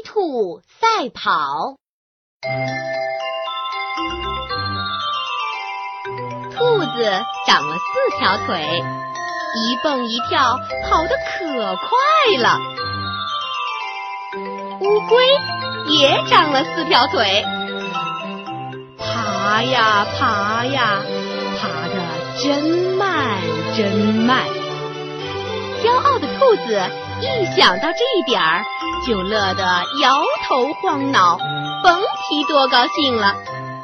兔赛跑。兔子长了4条腿，一蹦一跳，跑得可快了。乌龟也长了4条腿，爬呀爬呀，爬得真慢真慢。骄傲的兔子一想到这一点儿，就乐得摇头晃脑，甭提多高兴了。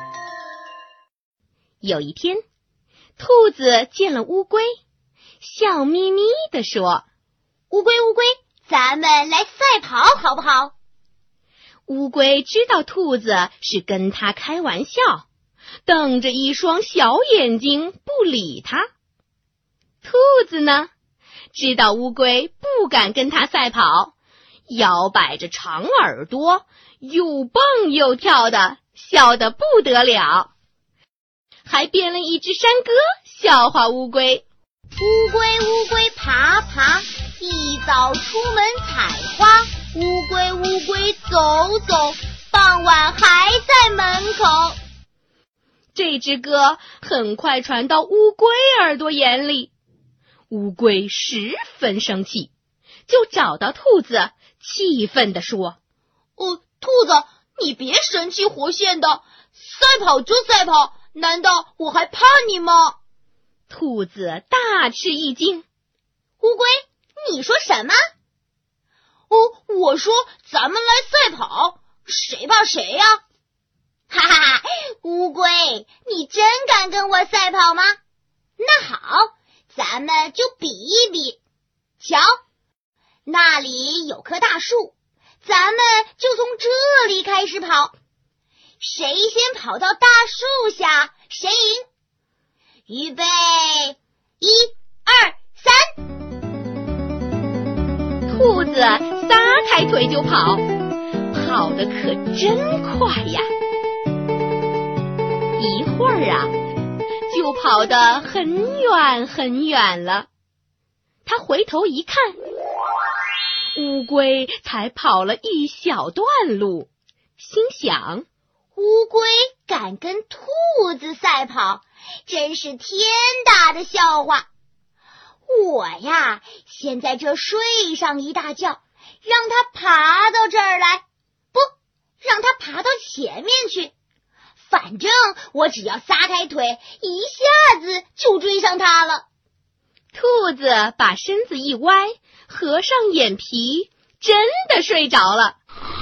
有一天，兔子见了乌龟，笑眯眯地说：“ 乌龟，咱们来赛跑好不好？” 乌龟知道兔子是跟它开玩笑，瞪着一双小眼睛不理它。兔子呢，知道乌龟不敢跟它赛跑，摇摆着长耳朵，又蹦又跳的，笑得不得了，还编了一支山歌笑话乌龟。 乌龟爬爬，一早出门采花，乌龟走走，傍晚还在门口。 这支歌很快传到乌龟耳朵眼里，乌龟十分生气，就找到兔子，气愤地说：“ 兔子，你别神气活现的，赛跑就赛跑，难道我还怕你吗？” 兔子大吃一惊：“ 乌龟，你说什么？”“我说咱们来赛跑，谁怕谁呀？”“哈哈，乌龟，你真敢跟我赛跑吗？那好，咱们就比一比。瞧，那里有棵大树，咱们就从这里开始跑，谁先跑到大树下，谁赢。预备，1、2、3。” 兔子撒开腿就跑，跑得可真快呀！一会儿啊，就跑得很远很远了。他回头一看，乌龟才跑了一小段路，心想： 乌龟敢跟兔子赛跑，真是天大的笑话。我呀，先在这睡上一大觉，让它爬到这儿来，不，让它爬到前面去。反正我只要撒开腿，一下子就追上它了。 兔子把身子一歪，合上眼皮，真的睡着了。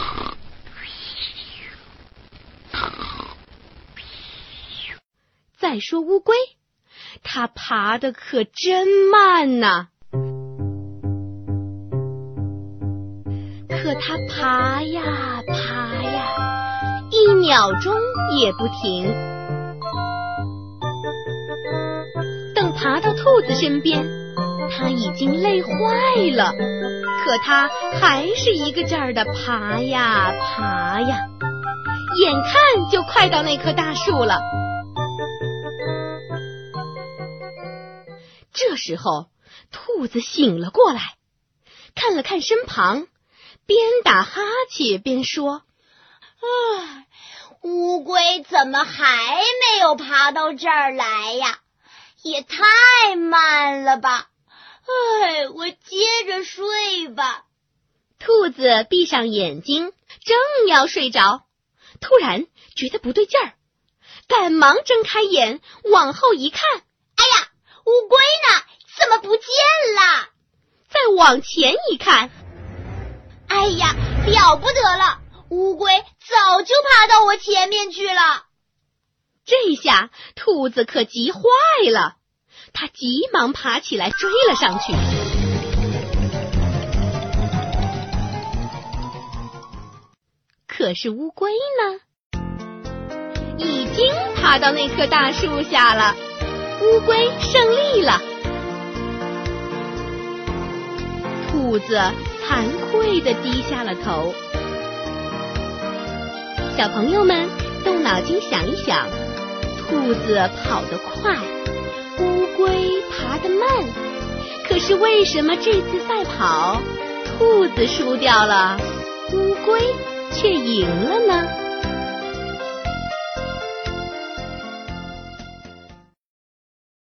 再说乌龟，它爬得可真慢呐，可它爬呀爬呀，1秒钟也不停。等爬到兔子身边，它已经累坏了，可它还是一个劲儿地爬呀爬呀，眼看就快到那棵大树了。这时候，兔子醒了过来，看了看身旁，边打哈欠边说：“ 乌龟怎么还没有爬到这儿来呀？也太慢了吧！我接着睡吧。” 兔子闭上眼睛，正要睡着，突然觉得不对劲儿，赶忙睁开眼，往后一看， 哎呀，乌龟呢？怎么不见了？ 再往前一看， 哎呀，了不得了！乌龟早就爬到我前面去了。 这下兔子可急坏了，它急忙爬起来追了上去。可是乌龟呢，已经爬到那棵大树下了。乌龟胜利了。兔子惭愧地低下了头。小朋友们动脑筋想一想，兔子跑得快，乌龟爬得慢，可是为什么这次赛跑兔子输掉了？ 乌龟却赢了呢？